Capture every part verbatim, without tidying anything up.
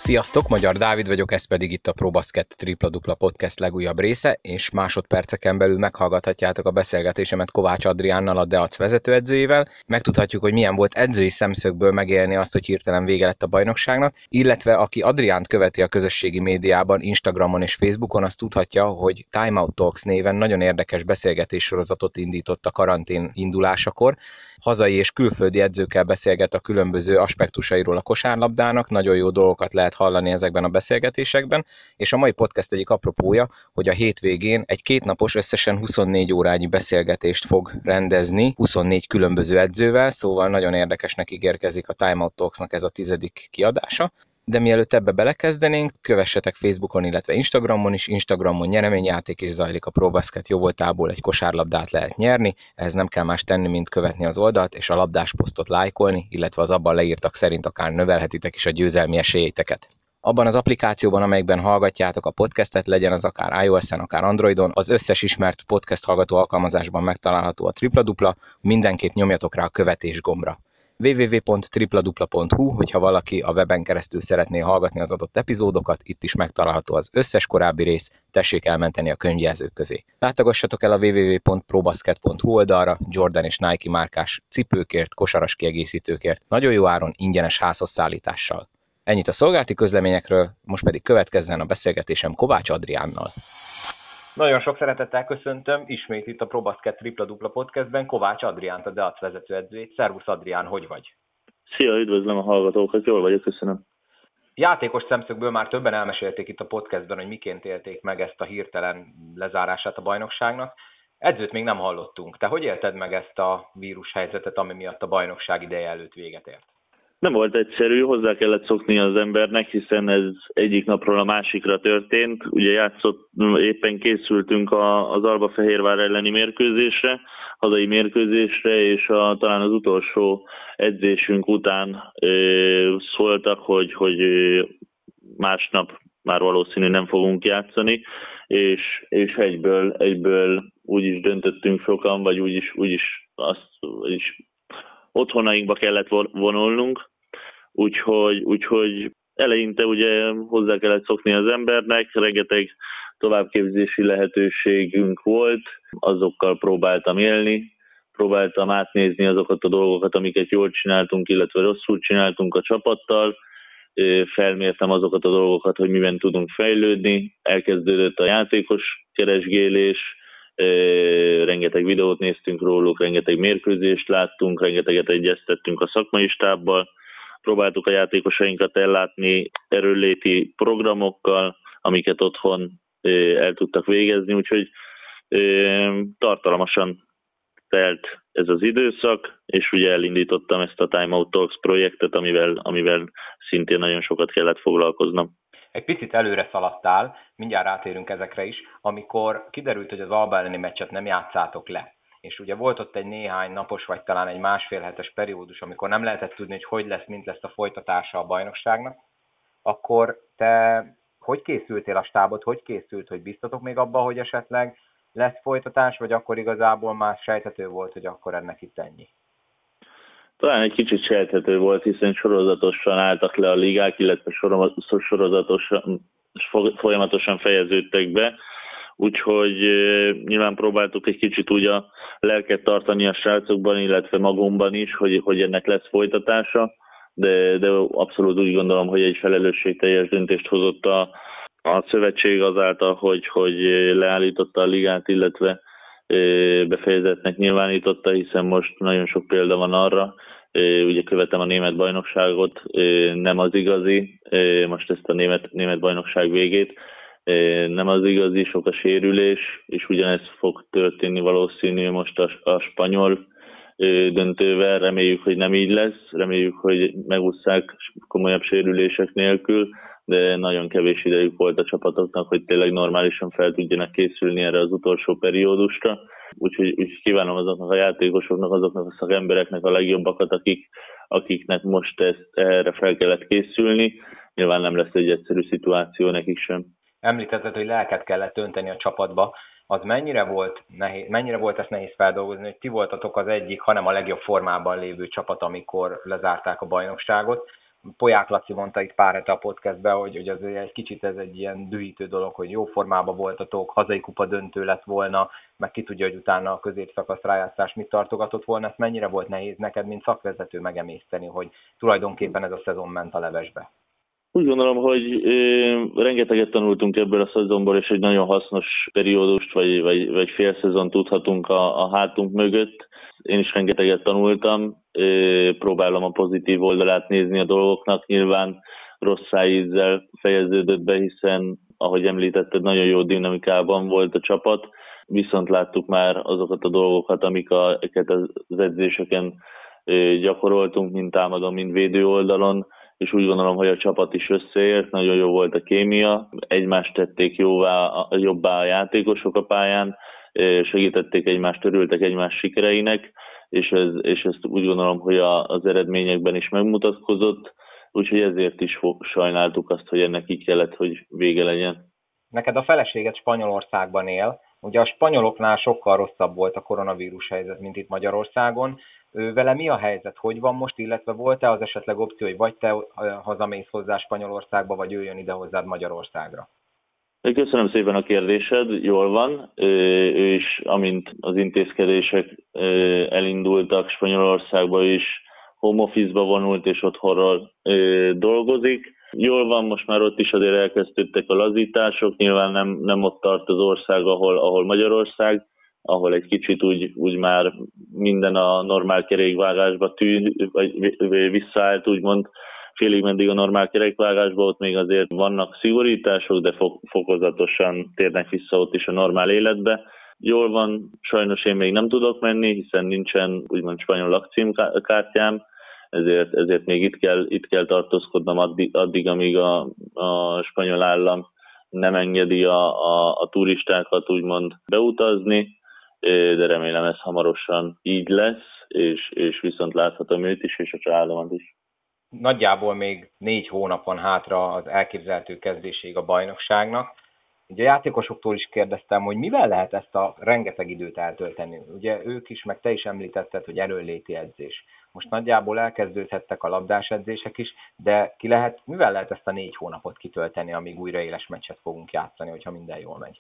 Sziasztok, Magyar Dávid vagyok, ez pedig itt a ProBasket Tripla Dupla Podcast legújabb része, és másodperceken belül meghallgathatjátok a beszélgetésemet Kovács Adriánnal, a Deac vezetőedzőjével. Megtudhatjuk, hogy milyen volt edzői szemszögből megélni azt, hogy hirtelen vége lett a bajnokságnak, illetve aki Adriánt követi a közösségi médiában, Instagramon és Facebookon, azt tudhatja, hogy Time Out Talks néven nagyon érdekes beszélgetéssorozatot indított a karantén indulásakor. Hazai és külföldi edzőkkel beszélget a különböző aspektusairól a kosárlabdának, nagyon jó dolgokat lehet hallani ezekben a beszélgetésekben, és a mai podcast egyik apropója, hogy a hétvégén egy kétnapos összesen huszonnégy órányi beszélgetést fog rendezni huszonnégy különböző edzővel, szóval nagyon érdekesnek ígérkezik a Time Out Talksnak ez a tizedik kiadása. De mielőtt ebbe belekezdenénk, kövessetek Facebookon, illetve Instagramon is. Instagramon nyereményjáték is zajlik, a ProBasket jóvoltából egy kosárlabdát lehet nyerni, ehhez nem kell más tenni, mint követni az oldalt, és a labdás posztot lájkolni, illetve az abban leírtak szerint akár növelhetitek is a győzelmi esélyeiteket. Abban az applikációban, amelyikben hallgatjátok a podcastet, legyen az akár iOS-en, akár Androidon, az összes ismert podcast hallgató alkalmazásban megtalálható a Tripla Dupla, mindenképp nyomjatok rá a követés gombra. double-u double-u double-u pont tripla dupla pont hu, hogyha valaki a weben keresztül szeretné hallgatni az adott epizódokat, itt is megtalálható az összes korábbi rész, tessék elmenteni a könyvjelzők közé. Látogassatok el a double-u double-u double-u pont probasket pont hu oldalra, Jordan és Nike márkás cipőkért, kosaras kiegészítőkért, nagyon jó áron, ingyenes házhoz szállítással. Ennyit a szolgálati közleményekről, most pedig következzen a beszélgetésem Kovács Adriánnal. Nagyon sok szeretettel köszöntöm ismét itt a ProBasket Tripla Dupla Podcastben Kovács Adriánt, a Deac vezetőedzőjét. Szervusz Adrián, hogy vagy? Szia, üdvözlöm a hallgatókat, jól vagyok, köszönöm. Játékos szemszögből már többen elmesélték itt a podcastben, hogy miként élték meg ezt a hirtelen lezárását a bajnokságnak. Edzőt még nem hallottunk. Te hogy élted meg ezt a vírushelyzetet, ami miatt a bajnokság ideje előtt véget ért? Nem volt egyszerű, hozzá kellett szokni az embernek, hiszen ez egyik napról a másikra történt. Ugye játszott, éppen készültünk az Albafehérvár elleni mérkőzésre, hazai mérkőzésre, és a, talán az utolsó edzésünk után ö, szóltak, hogy, hogy másnap már valószínű nem fogunk játszani, és, és egyből, egyből úgy is döntöttünk sokan, vagy úgy is, úgy is, azt, is otthonainkba kellett vonulnunk, úgyhogy, úgyhogy eleinte ugye hozzá kellett szokni az embernek, rengeteg továbbképzési lehetőségünk volt, azokkal próbáltam élni, próbáltam átnézni azokat a dolgokat, amiket jól csináltunk, illetve rosszul csináltunk a csapattal, felmértem azokat a dolgokat, hogy miben tudunk fejlődni, elkezdődött a játékos keresgélés, rengeteg videót néztünk róluk, rengeteg mérkőzést láttunk, rengeteget egyeztettünk a szakmai stábbal, próbáltuk a játékosainkat ellátni erőléti programokkal, amiket otthon el tudtak végezni, úgyhogy tartalmasan telt ez az időszak, és ugye elindítottam ezt a Time Out Talks projektet, amivel, amivel szintén nagyon sokat kellett foglalkoznom. Egy picit előre szaladtál, mindjárt rátérünk ezekre is, amikor kiderült, hogy az Alba elleni meccset nem játszátok le. És ugye volt ott egy néhány napos, vagy talán egy másfél hetes periódus, amikor nem lehetett tudni, hogy hogy lesz, mint lesz a folytatása a bajnokságnak, akkor te hogy készültél a stábot, hogy készült, hogy biztatok még abba, hogy esetleg lesz folytatás, vagy akkor igazából már sejthető volt, hogy akkor ennek itt ennyi? Talán egy kicsit sejthető volt, hiszen sorozatosan álltak le a ligák, illetve sorozatosan, folyamatosan fejeződtek be, úgyhogy nyilván próbáltuk egy kicsit úgy a lelket tartani a srácokban, illetve magunkban is, hogy, hogy ennek lesz folytatása, de, de abszolút úgy gondolom, hogy egy felelősségteljes döntést hozott a, a szövetség azáltal, hogy, hogy leállította a ligát, illetve befejezettnek nyilvánította, hiszen most nagyon sok példa van arra, ugye követem a német bajnokságot, nem az igazi, most ezt a német, német bajnokság végét, nem az igazi, sok a sérülés, és ugyanez fog történni valószínű most a, a spanyol döntővel, reméljük, hogy nem így lesz, reméljük, hogy megússzák komolyabb sérülések nélkül, de nagyon kevés idejük volt a csapatoknak, hogy tényleg normálisan fel tudjanak készülni erre az utolsó periódusra. Úgyhogy úgy kívánom azoknak a játékosoknak, azoknak a szakembereknek a legjobbakat, akik, akiknek most ezt, erre fel kellett készülni. Nyilván nem lesz egy egyszerű szituáció nekik sem. Említetted, hogy lelket kellett önteni a csapatba. Az mennyire volt, nehéz, mennyire volt ezt nehéz feldolgozni, hogy ti voltatok az egyik, hanem a legjobb formában lévő csapat, amikor lezárták a bajnokságot. Poják Laci mondta itt pár hete a podcastben, hogy, hogy azért egy kicsit ez egy ilyen dühítő dolog, hogy jó formában voltatok, hazai kupa döntő lett volna, meg ki tudja, hogy utána a középszakasz rájátszás mit tartogatott volna, ezt mennyire volt nehéz neked, mint szakvezető megemészteni, hogy tulajdonképpen ez a szezon ment a levesbe? Úgy gondolom, hogy ö, rengeteget tanultunk ebből a szezonból, és egy nagyon hasznos periódust, vagy, vagy, vagy fél szezon tudhatunk a, a hátunk mögött. Én is rengeteget tanultam, ö, próbálom a pozitív oldalát nézni a dolgoknak. Nyilván rossz szájízzel fejeződött be, hiszen, ahogy említetted, nagyon jó dinamikában volt a csapat, viszont láttuk már azokat a dolgokat, amiket az edzéseken ö, gyakoroltunk, mind támadó, mind védő oldalon, és úgy gondolom, hogy a csapat is összeért, nagyon jó volt a kémia, egymást tették jóvá, jobbá a játékosok a pályán, segítették egymást, örültek egymás sikereinek, és, ez, és ezt úgy gondolom, hogy a, az eredményekben is megmutatkozott, úgyhogy ezért is sajnáltuk azt, hogy ennek így kellett, hogy vége legyen. Neked a feleséged Spanyolországban él, ugye a spanyoloknál sokkal rosszabb volt a koronavírus helyzet, mint itt Magyarországon. Vele mi a helyzet, hogy van most, illetve volt-e az esetleg opció, hogy vagy te hazamész hozzá Spanyolországba, vagy ő jön ide hozzád Magyarországra? Köszönöm szépen a kérdésed, jól van. Ő is, amint az intézkedések elindultak, Spanyolországba is home office-ba vonult, és otthonról dolgozik. Jól van, most már ott is azért elkezdődtek a lazítások, nyilván nem, nem ott tart az ország, ahol, ahol Magyarország, ahol egy kicsit úgy, úgy már minden a normál kerékvágásba tűn, vagy visszaállt, úgymond félig meddig a normál kerékvágásba, ott még azért vannak szigorítások, de fokozatosan térnek vissza ott is a normál életbe. Jól van, sajnos én még nem tudok menni, hiszen nincsen úgymond spanyol lakcímkártyám, ezért, ezért még itt kell, itt kell tartózkodnom addig, addig amíg a, a spanyol állam nem engedi a, a, a turistákat úgymond beutazni, de remélem ez hamarosan így lesz, és, és viszont láthatom őt is, és a családomat is. Nagyjából még négy hónap van hátra az elképzelhető kezdéséig a bajnokságnak. Ugye a játékosoktól is kérdeztem, hogy mivel lehet ezt a rengeteg időt eltölteni. Ugye ők is, meg te is említetted, hogy erőnléti edzés. Most nagyjából elkezdődhettek a labdás edzések is, de ki lehet, mivel lehet ezt a négy hónapot kitölteni, amíg újra éles meccset fogunk játszani, hogyha minden jól megy?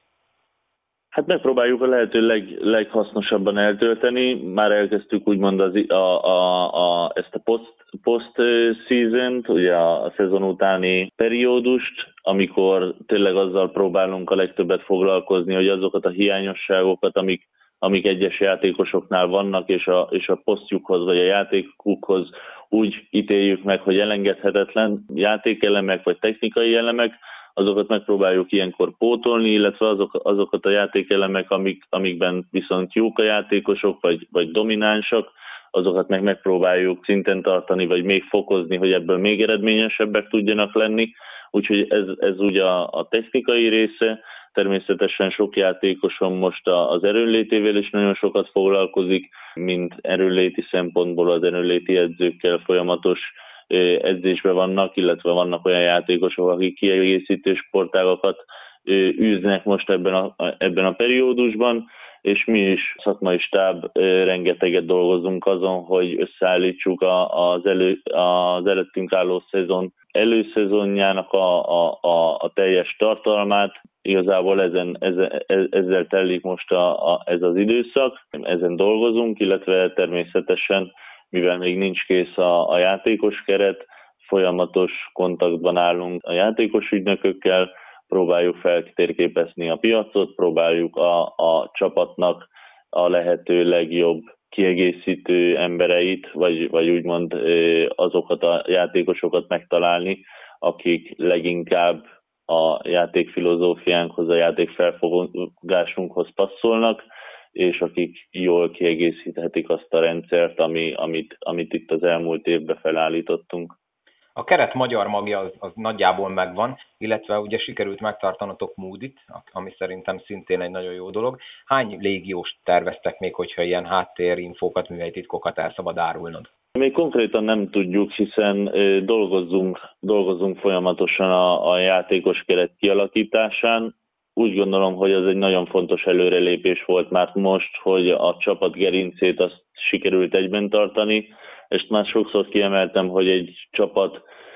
Hát megpróbáljuk a lehető leg, leghasznosabban eltölteni. Már elkezdtük úgymond az, a, a, a, ezt a post, post season-t, ugye a, a szezon utáni periódust, amikor tényleg azzal próbálunk a legtöbbet foglalkozni, hogy azokat a hiányosságokat, amik, amik egyes játékosoknál vannak, és a, és a posztjukhoz vagy a játékukhoz úgy ítéljük meg, hogy elengedhetetlen játékelemek vagy technikai elemek, azokat megpróbáljuk ilyenkor pótolni, illetve azok, azokat a játékelemek, amik, amikben viszont jók a játékosok, vagy, vagy dominánsak, azokat meg megpróbáljuk szinten tartani, vagy még fokozni, hogy ebből még eredményesebbek tudjanak lenni. Úgyhogy ez, ez ugye a, a technikai része. Természetesen sok játékosom most az erőnlétével is nagyon sokat foglalkozik, mint erőnléti szempontból az erőnléti edzőkkel folyamatos edzésben vannak, illetve vannak olyan játékosok, akik kiegészítő sportágakat űznek most ebben a, ebben a periódusban, és mi is, szakmai stáb, rengeteget dolgozunk azon, hogy összeállítsuk az, elő, az előttünk álló szezon előszezonjának a, a, a, a teljes tartalmát. Igazából ezen, ezen, ezzel telik most a, a, ez az időszak, ezen dolgozunk, illetve természetesen, mivel még nincs kész a, a játékos keret, folyamatos kontaktban állunk a játékos ügynökökkel, próbáljuk feltérképezni a piacot, próbáljuk a, a csapatnak a lehető legjobb kiegészítő embereit, vagy, vagy úgymond azokat a játékosokat megtalálni, akik leginkább a játékfilozófiánkhoz, a játékfelfogásunkhoz passzolnak, és akik jól kiegészíthetik azt a rendszert, ami, amit, amit itt az elmúlt évben felállítottunk. A keret magyar magja az, az nagyjából megvan, illetve ugye sikerült megtartanotok Moodit, ami szerintem szintén egy nagyon jó dolog. Hány légióst terveztek még, hogyha ilyen háttérinfókat, művelyi titkokat el szabad árulnod? Még konkrétan nem tudjuk, hiszen dolgozzunk, dolgozzunk folyamatosan a, a játékos keret kialakításán. Úgy gondolom, hogy ez egy nagyon fontos előrelépés volt már most, hogy a csapat gerincét azt sikerült egyben tartani, és már sokszor kiemeltem, hogy egy csapat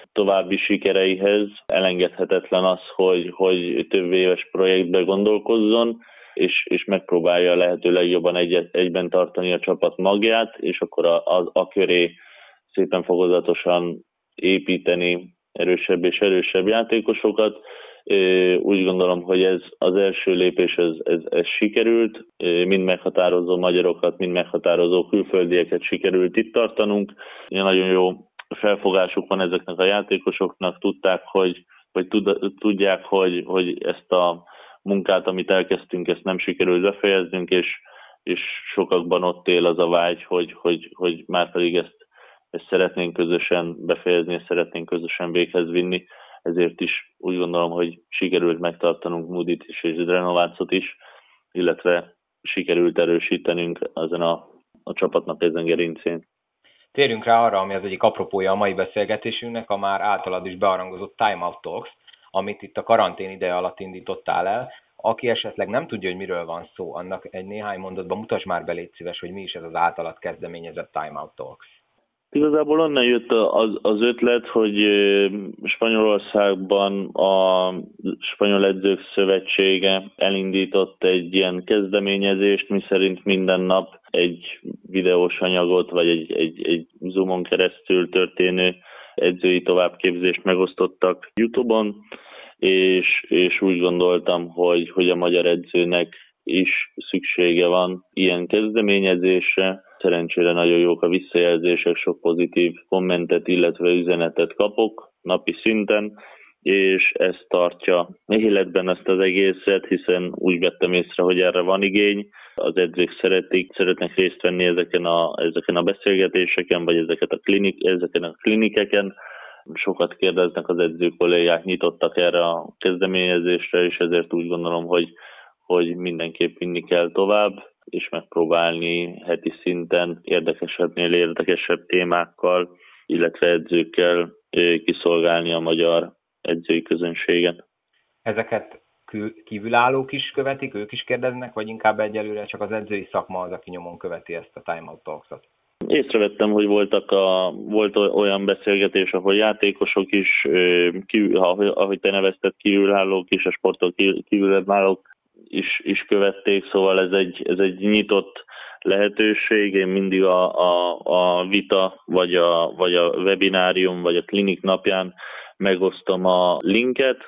további sikereihez elengedhetetlen az, hogy, hogy több éves projektbe gondolkozzon, és, és megpróbálja lehetőleg jobban egy, egyben tartani a csapat magját, és akkor a, a, a köré szépen fokozatosan építeni erősebb és erősebb játékosokat. Úgy gondolom, hogy ez az első lépés, ez, ez, ez sikerült, mind meghatározó magyarokat, mind meghatározó külföldieket sikerült itt tartanunk. Nagyon jó felfogásuk van ezeknek a játékosoknak, tudták, hogy, hogy tud, tudják, hogy, hogy ezt a munkát, amit elkezdtünk, ezt nem sikerült befejeznünk, és, és sokakban ott él az a vágy, hogy, hogy, hogy már pedig ezt, ezt szeretnénk közösen befejezni, ezt szeretnénk közösen véghez vinni. Ezért is úgy gondolom, hogy sikerült megtartanunk Moodit is és Drenovácot is, illetve sikerült erősítenünk ezen a, a csapatnak ezen gerincén. Térjünk rá arra, ami az egyik apropója a mai beszélgetésünknek, a már általad is bearangozott Time Out Talks, amit itt a karantén ideje alatt indítottál el. Aki esetleg nem tudja, hogy miről van szó, annak egy néhány mondatban mutasd már be, légy szíves, hogy mi is ez az általad kezdeményezett Time Out Talks. Igazából onnan jött az, az ötlet, hogy Spanyolországban a Spanyol Edzők Szövetsége elindított egy ilyen kezdeményezést, miszerint minden nap egy videós anyagot, vagy egy, egy, egy Zoomon keresztül történő edzői továbbképzést megosztottak YouTube-on, és, és úgy gondoltam, hogy, hogy a magyar edzőnek is szüksége van ilyen kezdeményezésre. Szerencsére nagyon jók a visszajelzések, sok pozitív kommentet, illetve üzenetet kapok napi szinten, és ez tartja életben ezt az egészet, hiszen úgy vettem észre, hogy erre van igény. Az edzők szeretik, szeretnek részt venni ezeken a, ezeken a beszélgetéseken, vagy ezeket a klinik, ezeken a klinikeken. Sokat kérdeznek az edző kollégák, nyitottak erre a kezdeményezésre, és ezért úgy gondolom, hogy hogy mindenképp vinni kell tovább, és megpróbálni heti szinten érdekesebbnél érdekesebb témákkal, illetve edzőkkel kiszolgálni a magyar edzői közönséget. Ezeket kívülállók is követik, ők is kérdeznek, vagy inkább egyelőre csak az edzői szakma az, aki nyomon követi ezt a Time Out Talks-ot? Észrevettem, hogy voltak a, volt olyan beszélgetés, ahol játékosok is, kívül, ahogy te nevezted, kívülállók is, a sportok kívülállók is, is követték, szóval ez egy, ez egy nyitott lehetőség. Én mindig a, a, a vita, vagy a, vagy a webinárium, vagy a klinik napján megosztom a linket,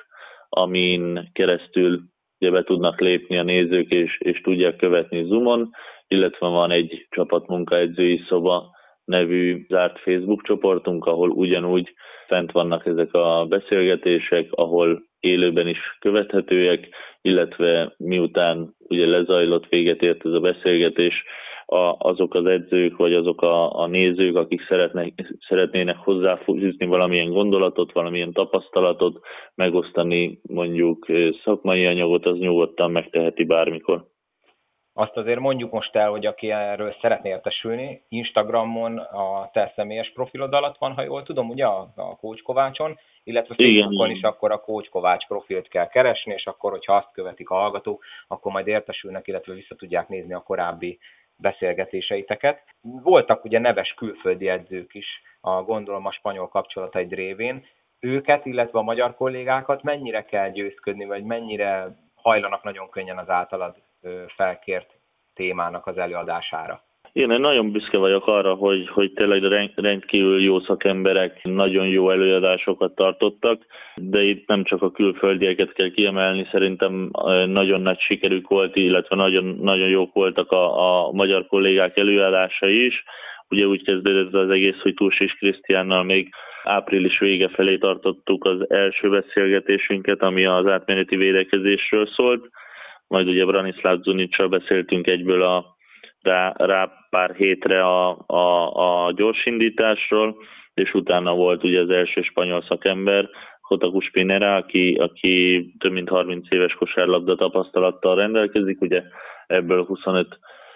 amin keresztül be tudnak lépni a nézők, és, és tudják követni Zoomon, illetve van egy csapatmunkaedzői szoba nevű zárt Facebook csoportunk, ahol ugyanúgy fent vannak ezek a beszélgetések, ahol élőben is követhetőek, illetve miután ugye lezajlott, véget ért ez a beszélgetés, a, azok az edzők, vagy azok a, a nézők, akik szeretnek, szeretnének hozzáfűzni valamilyen gondolatot, valamilyen tapasztalatot, megosztani mondjuk szakmai anyagot, az nyugodtan megteheti bármikor. Azt azért mondjuk most el, hogy aki erről szeretné értesülni, Instagramon a te személyes profilod alatt van, ha jól tudom, ugye a, a Coach Kovácson, illetve Facebookon is akkor a Coach Kovács profilt kell keresni, és akkor, hogyha azt követik a hallgatók, akkor majd értesülnek, illetve vissza tudják nézni a korábbi beszélgetéseiteket. Voltak ugye neves külföldi edzők is, a, gondolom a spanyol kapcsolataid révén. Őket, illetve a magyar kollégákat mennyire kell győzködni, vagy mennyire hajlanak nagyon könnyen az általad felkért témának az előadására? Én nagyon büszke vagyok arra, hogy, hogy tényleg rendkívül jó szakemberek nagyon jó előadásokat tartottak, de itt nem csak a külföldieket kell kiemelni, szerintem nagyon nagy sikerük volt, illetve nagyon, nagyon jók voltak a, a magyar kollégák előadásai is. Ugye úgy kezdődött az egész, hogy Túlsis Krisztiánnal még április vége felé tartottuk az első beszélgetésünket, ami az átmeneti védekezésről szólt. Majd ugye Branislav Zunicsal beszéltünk egyből a, rá, rá pár hétre a, a, a gyorsindításról, és utána volt ugye az első spanyol szakember, Jota Cuspinera, aki, aki több mint harminc éves kosárlabda tapasztalattal rendelkezik, ugye ebből huszonöt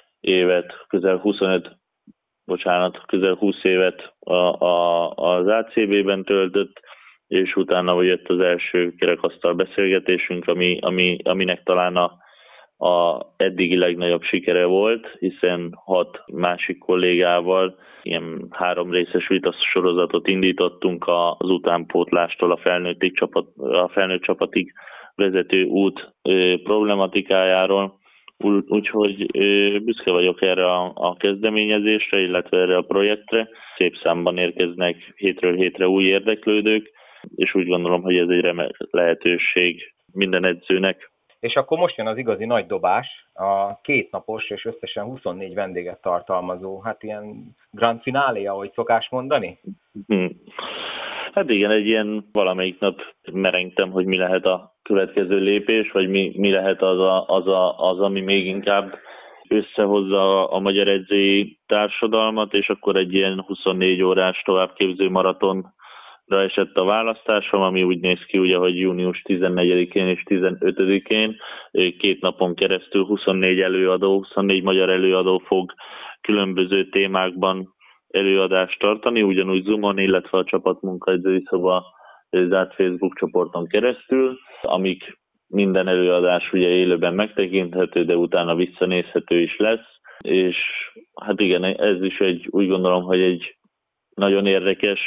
évet, közel huszonöt, bocsánat, közel húsz évet a, a, az á cé bé-ben töltött, és utána jött az első kerekasztal beszélgetésünk, ami, ami, aminek talán a a eddigi legnagyobb sikere volt, hiszen hat másik kollégával ilyen három részes vitasorozatot indítottunk az utánpótlástól a felnőttig csapat, a felnőtt csapatig vezető út problematikájáról. Úgyhogy büszke vagyok erre a, a kezdeményezésre, illetve erre a projektre. Szép számban érkeznek hétről hétre új érdeklődők, és úgy gondolom, hogy ez egy remek lehetőség minden edzőnek. És akkor most jön az igazi nagy dobás, a kétnapos és összesen huszonnégy vendéget tartalmazó, hát ilyen grand finale, ahogy szokás mondani? Hmm. Hát igen, egy ilyen valamelyik nap merengtem, hogy mi lehet a következő lépés, vagy mi, mi lehet az, a, az, a, az, ami még inkább összehozza a magyar edzői társadalmat, és akkor egy ilyen huszonnégy órás továbbképző maratonra esett a választásom, ami úgy néz ki, ugye, hogy június tizennegyedikén és tizenötödikén két napon keresztül huszonnégy előadó, huszonnégy magyar előadó fog különböző témákban előadást tartani, ugyanúgy Zoomon, illetve a csapatmunkaedzői szoba zárt Facebook csoporton keresztül, amik minden előadás ugye élőben megtekinthető, de utána visszanézhető is lesz, és hát igen, ez is egy, úgy gondolom, hogy egy nagyon érdekes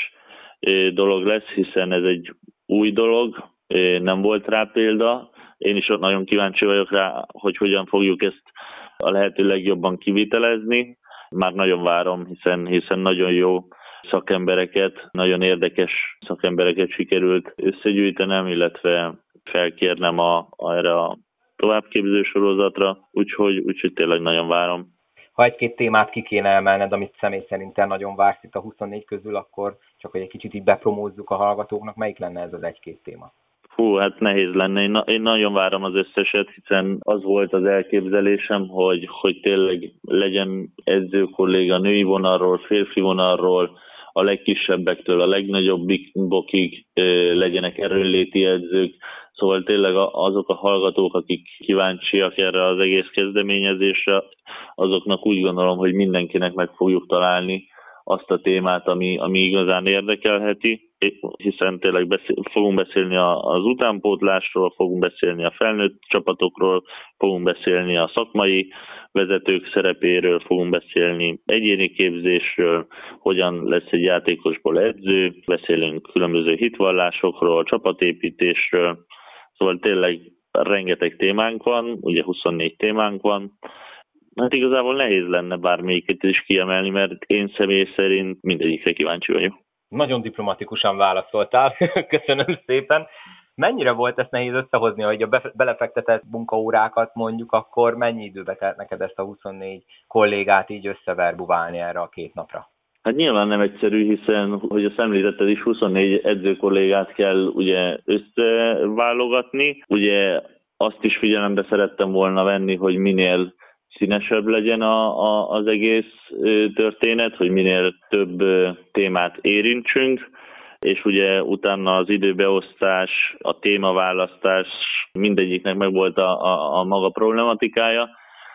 dolog lesz, hiszen ez egy új dolog, nem volt rá példa, én is ott nagyon kíváncsi vagyok rá, hogy hogyan fogjuk ezt a lehető legjobban kivitelezni. Már nagyon várom, hiszen, hiszen nagyon jó szakembereket, nagyon érdekes szakembereket sikerült összegyűjtenem, illetve felkérnem a, erre a továbbképző sorozatra, úgyhogy, úgyhogy tényleg nagyon várom. Ha egy-két témát ki kéne emelned, amit személy szerint nagyon vársz itt a huszonnégy közül, akkor csak hogy egy kicsit így bepromózzuk a hallgatóknak, melyik lenne ez az egy-két téma? Hú, hát nehéz lenne. Én, na, én nagyon várom az összeset, hiszen az volt az elképzelésem, hogy, hogy tényleg legyen edzőkolléga női vonalról, férfi vonalról, a legkisebbektől a legnagyobbikig legyenek erőnléti edzők. Szóval tényleg azok a hallgatók, akik kíváncsiak erre az egész kezdeményezésre, azoknak úgy gondolom, hogy mindenkinek meg fogjuk találni azt a témát, ami, ami igazán érdekelheti, hiszen tényleg beszél, fogunk beszélni az utánpótlásról, fogunk beszélni a felnőtt csapatokról, fogunk beszélni a szakmai vezetők szerepéről, fogunk beszélni egyéni képzésről, hogyan lesz egy játékosból edző, beszélünk különböző hitvallásokról, csapatépítésről, szóval tényleg rengeteg témánk van, ugye huszonnégy témánk van. Hát igazából nehéz lenne bármelyiket is kiemelni, mert én személy szerint mindegyikre kíváncsi vagyok. Nagyon diplomatikusan válaszoltál, köszönöm szépen. Mennyire volt ezt nehéz összehozni, hogy a belefektetett munkaórákat mondjuk, akkor mennyi időbe telt neked ezt a huszonnégy kollégát így összeverbuválni erre a két napra? Hát nyilván nem egyszerű, hiszen, hogy azt említetted is, huszonnégy edzőkollégát kell ugye összeválogatni. Ugye azt is figyelembe szerettem volna venni, hogy minél színesebb legyen a, a, az egész történet, hogy minél több témát érintsünk, és ugye utána az időbeosztás, a témaválasztás, mindegyiknek megvolt a, a, a maga problematikája,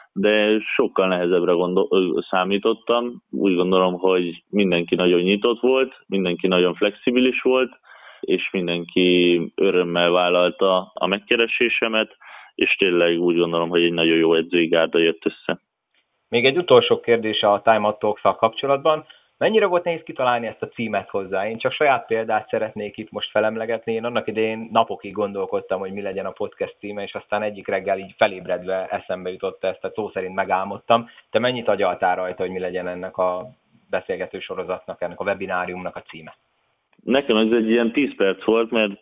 de sokkal nehezebbre gondol, számítottam. Úgy gondolom, hogy mindenki nagyon nyitott volt, mindenki nagyon flexibilis volt, és mindenki örömmel vállalta a megkeresésemet, és tényleg úgy gondolom, hogy egy nagyon jó edzői gárda jött össze. Még egy utolsó kérdés a Time Out Talks-szal kapcsolatban. Mennyire volt nehéz kitalálni ezt a címet hozzá? Én csak saját példát szeretnék itt most felemlegetni. Én annak idején napokig gondolkodtam, hogy mi legyen a podcast címe, és aztán egyik reggel így felébredve eszembe jutott ezt, tehát szó szerint megálmodtam. Te mennyit agyaltál rajta, hogy mi legyen ennek a beszélgető sorozatnak, ennek a webináriumnak a címe? Nekem ez egy ilyen tíz perc volt, mert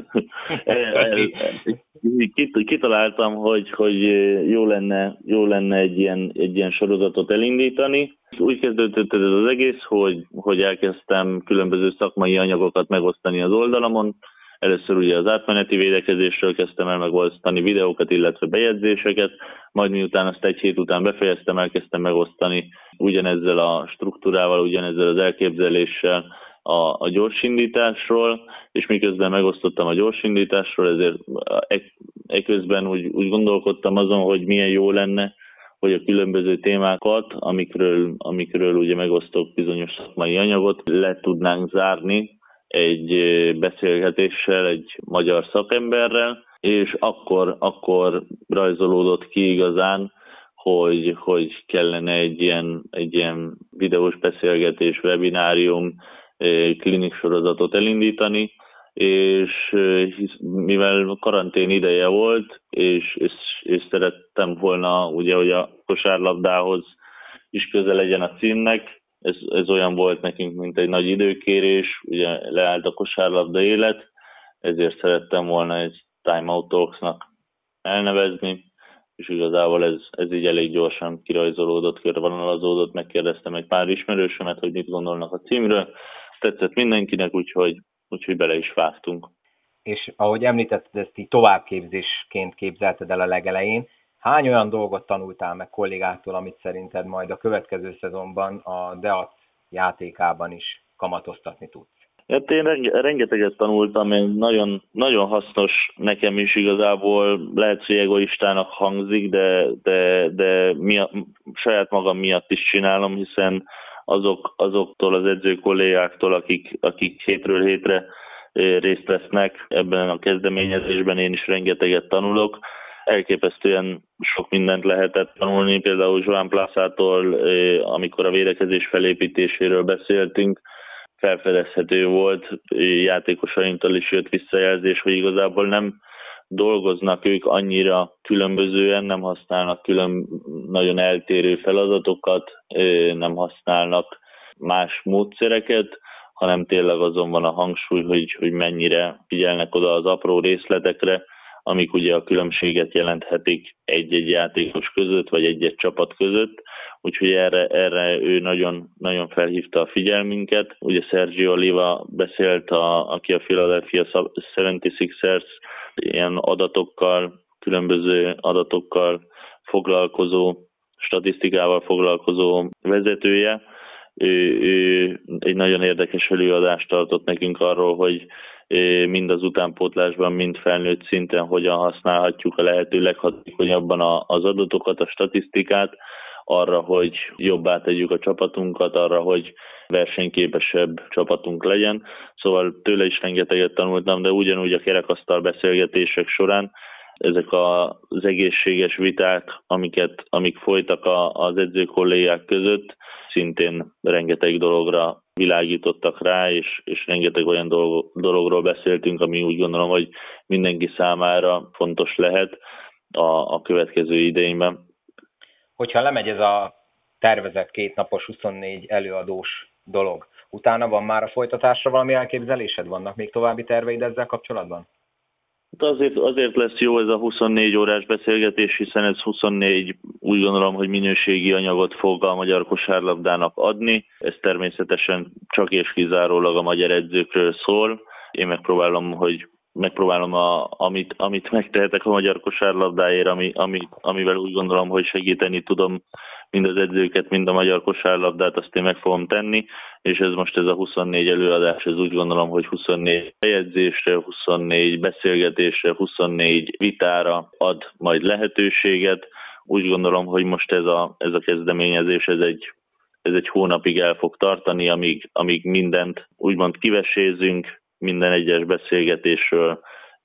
kitaláltam, hogy, hogy jó lenne, jó lenne egy, ilyen, egy ilyen sorozatot elindítani. Úgy kezdődött ez az egész, hogy, hogy elkezdtem különböző szakmai anyagokat megosztani az oldalamon. Először ugye az átmeneti védekezésről kezdtem el megosztani videókat, illetve bejegyzéseket, majd miután azt egy hét után befejeztem, elkezdtem megosztani ugyanezzel a struktúrával, ugyanezzel az elképzeléssel a, a gyorsindításról, és miközben megosztottam a gyorsindításról, ezért eközben úgy, úgy gondolkodtam azon, hogy milyen jó lenne, hogy a különböző témákat, amikről, amikről ugye megosztok bizonyos szakmai anyagot, le tudnánk zárni egy beszélgetéssel, egy magyar szakemberrel, és akkor, akkor rajzolódott ki igazán, hogy, hogy kellene egy ilyen, egy ilyen videós beszélgetés, webinárium, klinik sorozatot elindítani, és mivel karantén ideje volt, és, és, és szerettem volna, ugye, hogy a kosárlabdához is közel legyen a címnek, ez, ez olyan volt nekünk, mint egy nagy időkérés, ugye leállt a kosárlabda élet, ezért szerettem volna egy Time Out Talks-nak elnevezni, és igazából ez, ez így elég gyorsan kirajzolódott, körvonalazódott, megkérdeztem egy pár ismerősömet, hogy mit gondolnak a címről, tetszett mindenkinek, úgyhogy, úgyhogy bele is vágtunk. És ahogy említetted, ezt így továbbképzésként képzelted el a legelején, hány olyan dolgot tanultál meg kollégától, amit szerinted majd a következő szezonban a Deac játékában is kamatoztatni tudsz? Hát én renge, rengeteget tanultam, én nagyon, nagyon hasznos nekem is igazából, lehet, hogy egoistának hangzik, de, de, de miatt, saját magam miatt is csinálom, hiszen azok, azoktól az edző kollégáktól, akik, akik hétről hétre részt vesznek ebben a kezdeményezésben, én is rengeteget tanulok. Elképesztően sok mindent lehetett tanulni, például Joan Plazától, amikor a védekezés felépítéséről beszéltünk, felfedezhető volt, játékosainktól is jött visszajelzés, hogy igazából nem dolgoznak ők annyira különbözően, nem használnak külön nagyon eltérő feladatokat, nem használnak más módszereket, hanem tényleg azon van a hangsúly, hogy, hogy mennyire figyelnek oda az apró részletekre, amik ugye a különbséget jelenthetik egy-egy játékos között, vagy egy-egy csapat között, úgyhogy erre, erre ő nagyon, nagyon felhívta a figyelmünket. Ugye Sergio Oliva beszélt, a, aki a Philadelphia hetvenhatos ilyen adatokkal, különböző adatokkal foglalkozó, statisztikával foglalkozó vezetője. Ő, ő egy nagyon érdekes előadást tartott nekünk arról, hogy mind az utánpótlásban, mind felnőtt szinten hogyan használhatjuk a lehető leghatékonyabban az adatokat, a statisztikát arra, hogy jobbá tegyük a csapatunkat, arra, hogy versenyképesebb csapatunk legyen. Szóval tőle is rengeteget tanultam, de ugyanúgy a kerekasztal beszélgetések során ezek az egészséges viták, amiket, amik folytak az edző kollégák között, szintén rengeteg dologra világítottak rá, és, és rengeteg olyan dolog, dologról beszéltünk, ami úgy gondolom, hogy mindenki számára fontos lehet a, a következő idényben. Hogyha lemegy ez a tervezett kétnapos huszonnégy előadós dolog, utána van már a folytatásra valami elképzelésed? Vannak még további terveid ezzel kapcsolatban? Azért, azért lesz jó ez a huszonnégy órás beszélgetés, hiszen ez huszonnégy, úgy gondolom, hogy minőségi anyagot fog a magyar kosárlabdának adni. Ez természetesen csak és kizárólag a magyar edzőkről szól. Én megpróbálom, hogy megpróbálom, a, amit, amit megtehetek a magyar kosárlabdáért, ami, ami, amivel úgy gondolom, hogy segíteni tudom mind az edzőket, mind a magyar kosárlabdát, azt én meg fogom tenni, és ez most ez a huszonnégy előadás, ez úgy gondolom, hogy huszonnégy bejegyzésre, huszonnégy beszélgetésre, huszonnégy vitára ad majd lehetőséget. Úgy gondolom, hogy most ez a, ez a kezdeményezés, ez egy, ez egy hónapig el fog tartani, amíg, amíg mindent úgymond kivesézünk, minden egyes beszélgetésről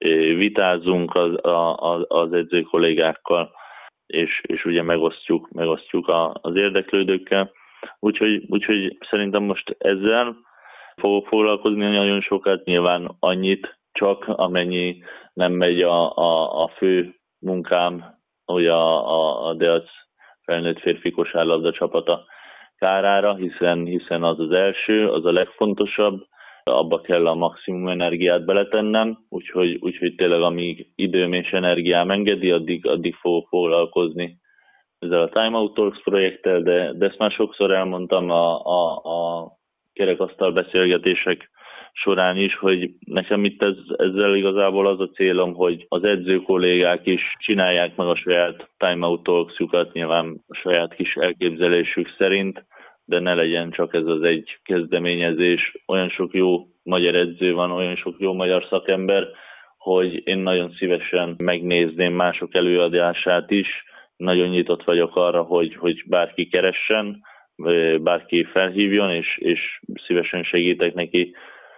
vitázunk az, az, az edző kollégákkal, és, és ugye megosztjuk, megosztjuk az érdeklődőkkel. Úgyhogy, úgyhogy szerintem most ezzel fogok foglalkozni nagyon sokat, nyilván annyit csak, amennyi nem megy a, a, a fő munkám, ugye a, a, a Deac felnőtt férfi kosárlabda csapata kárára, hiszen, hiszen az az első, az a legfontosabb, abba kell a maximum energiát beletennem, úgyhogy, úgyhogy tényleg amíg időm és energiám engedi, addig, addig fogok foglalkozni ezzel a Time Out Talks projekttel, de, de ezt már sokszor elmondtam a, a, a kerekasztal beszélgetések során is, hogy nekem itt ez, ezzel igazából az a célom, hogy az edző kollégák is csinálják meg a saját Time Out Talks-jukat, nyilván a saját kis elképzelésük szerint, de ne legyen csak ez az egy kezdeményezés. Olyan sok jó magyar edző van, olyan sok jó magyar szakember, hogy én nagyon szívesen megnézném mások előadását is. Nagyon nyitott vagyok arra, hogy, hogy bárki keressen, bárki felhívjon, és, és szívesen segítek neki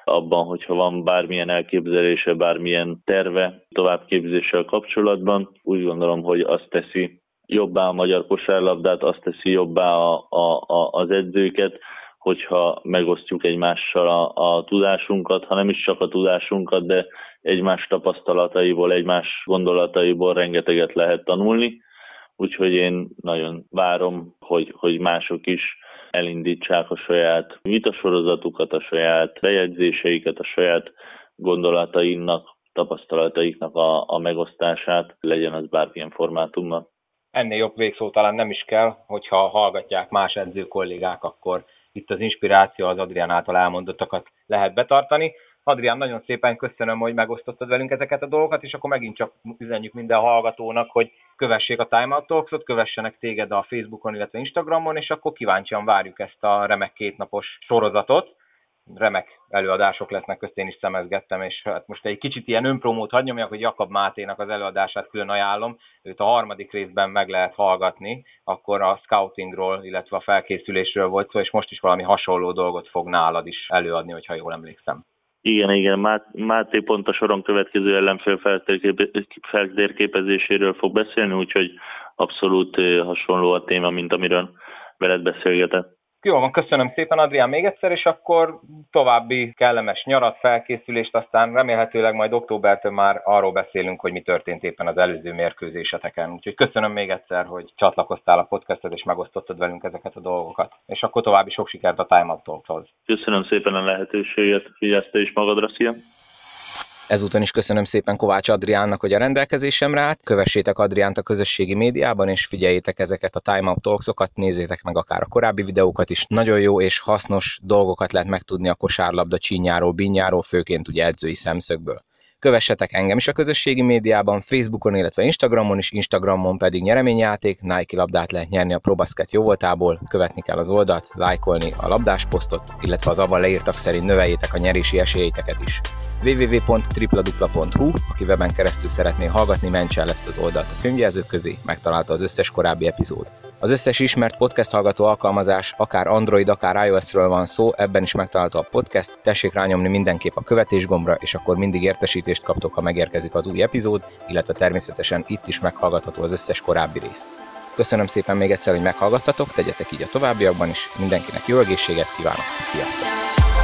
abban, hogyha van bármilyen elképzelése, bármilyen terve továbbképzéssel kapcsolatban. Úgy gondolom, hogy azt teszi jobbá a magyar kosárlabdát, azt teszi jobbá a, a, a, az edzőket, hogyha megosztjuk egymással a, a tudásunkat, ha nem is csak a tudásunkat, de egymás tapasztalataiból, egymás gondolataiból rengeteget lehet tanulni. Úgyhogy én nagyon várom, hogy, hogy mások is elindítsák a saját vitasorozatukat, a saját bejegyzéseiket, a saját gondolatainak, tapasztalataiknak a, a megosztását, legyen az bármilyen formátumban. Ennél jobb végszó talán nem is kell, hogyha hallgatják más edző kollégák, akkor itt az inspiráció, az Adrián által elmondottakat lehet betartani. Adrián, nagyon szépen köszönöm, hogy megosztottad velünk ezeket a dolgokat, és akkor megint csak üzenjük minden hallgatónak, hogy kövessék a Time Out Talksot, kövessenek téged a Facebookon, illetve Instagramon, és akkor kíváncsian várjuk ezt a remek kétnapos sorozatot. Remek előadások lesznek, közt én is szemezgettem, és hát most egy kicsit ilyen önpromót hadd nyomjak, hogy Jakab Máténak az előadását külön ajánlom. Őt a harmadik részben meg lehet hallgatni, akkor a scoutingról, illetve a felkészülésről volt szó, és most is valami hasonló dolgot fog nálad is előadni, hogyha jól emlékszem. Igen, igen, Máté pont a soron következő ellenfél feltérképezéséről fog beszélni, úgyhogy abszolút hasonló a téma, mint amiről veled beszélgetett. Jó van, köszönöm szépen, Adrián, még egyszer, és akkor további kellemes nyarat, felkészülést, aztán remélhetőleg majd októbertől már arról beszélünk, hogy mi történt éppen az előző mérkőzéseteken. Úgyhogy köszönöm még egyszer, hogy csatlakoztál a podcastot, és megosztottad velünk ezeket a dolgokat. És akkor további sok sikert a Time Out Talkshoz. Köszönöm szépen a lehetőséget, vigyázz te is magadra, szia! Ezúton is köszönöm szépen Kovács Adriánnak, hogy a rendelkezésemre állt. Kövessétek Adriánt a közösségi médiában, és figyeljétek ezeket a Time Out Talksokat, nézzétek meg akár a korábbi videókat is. Nagyon jó és hasznos dolgokat lehet megtudni a kosárlabda csínyáról, bínyáról, főként ugye edzői szemszögből. Kövessetek engem is a közösségi médiában, Facebookon, illetve Instagramon is, Instagramon pedig nyereményjáték, Nike labdát lehet nyerni a ProBasket jóvoltából, követni kell az oldalt, lájkolni a labdás posztot, illetve az abban leírtak szerint növeljétek a nyerési esélyeiteket is. double-u double-u double-u pont tripladupla pont hu, aki weben keresztül szeretné hallgatni, mentse el ezt az oldalt a könyvjelzők közé, megtalálta az összes korábbi epizód. Az összes ismert podcast hallgató alkalmazás, akár Android, akár iOS-ről van szó, ebben is megtalálta a podcast, tessék rányomni mindenképp a követés gombra, és akkor mindig értesítést kaptok, ha megérkezik az új epizód, illetve természetesen itt is meghallgatható az összes korábbi rész. Köszönöm szépen még egyszer, hogy meghallgattatok, tegyetek így a továbbiakban is, mindenkinek jó egészséget kívánok, sziasztok!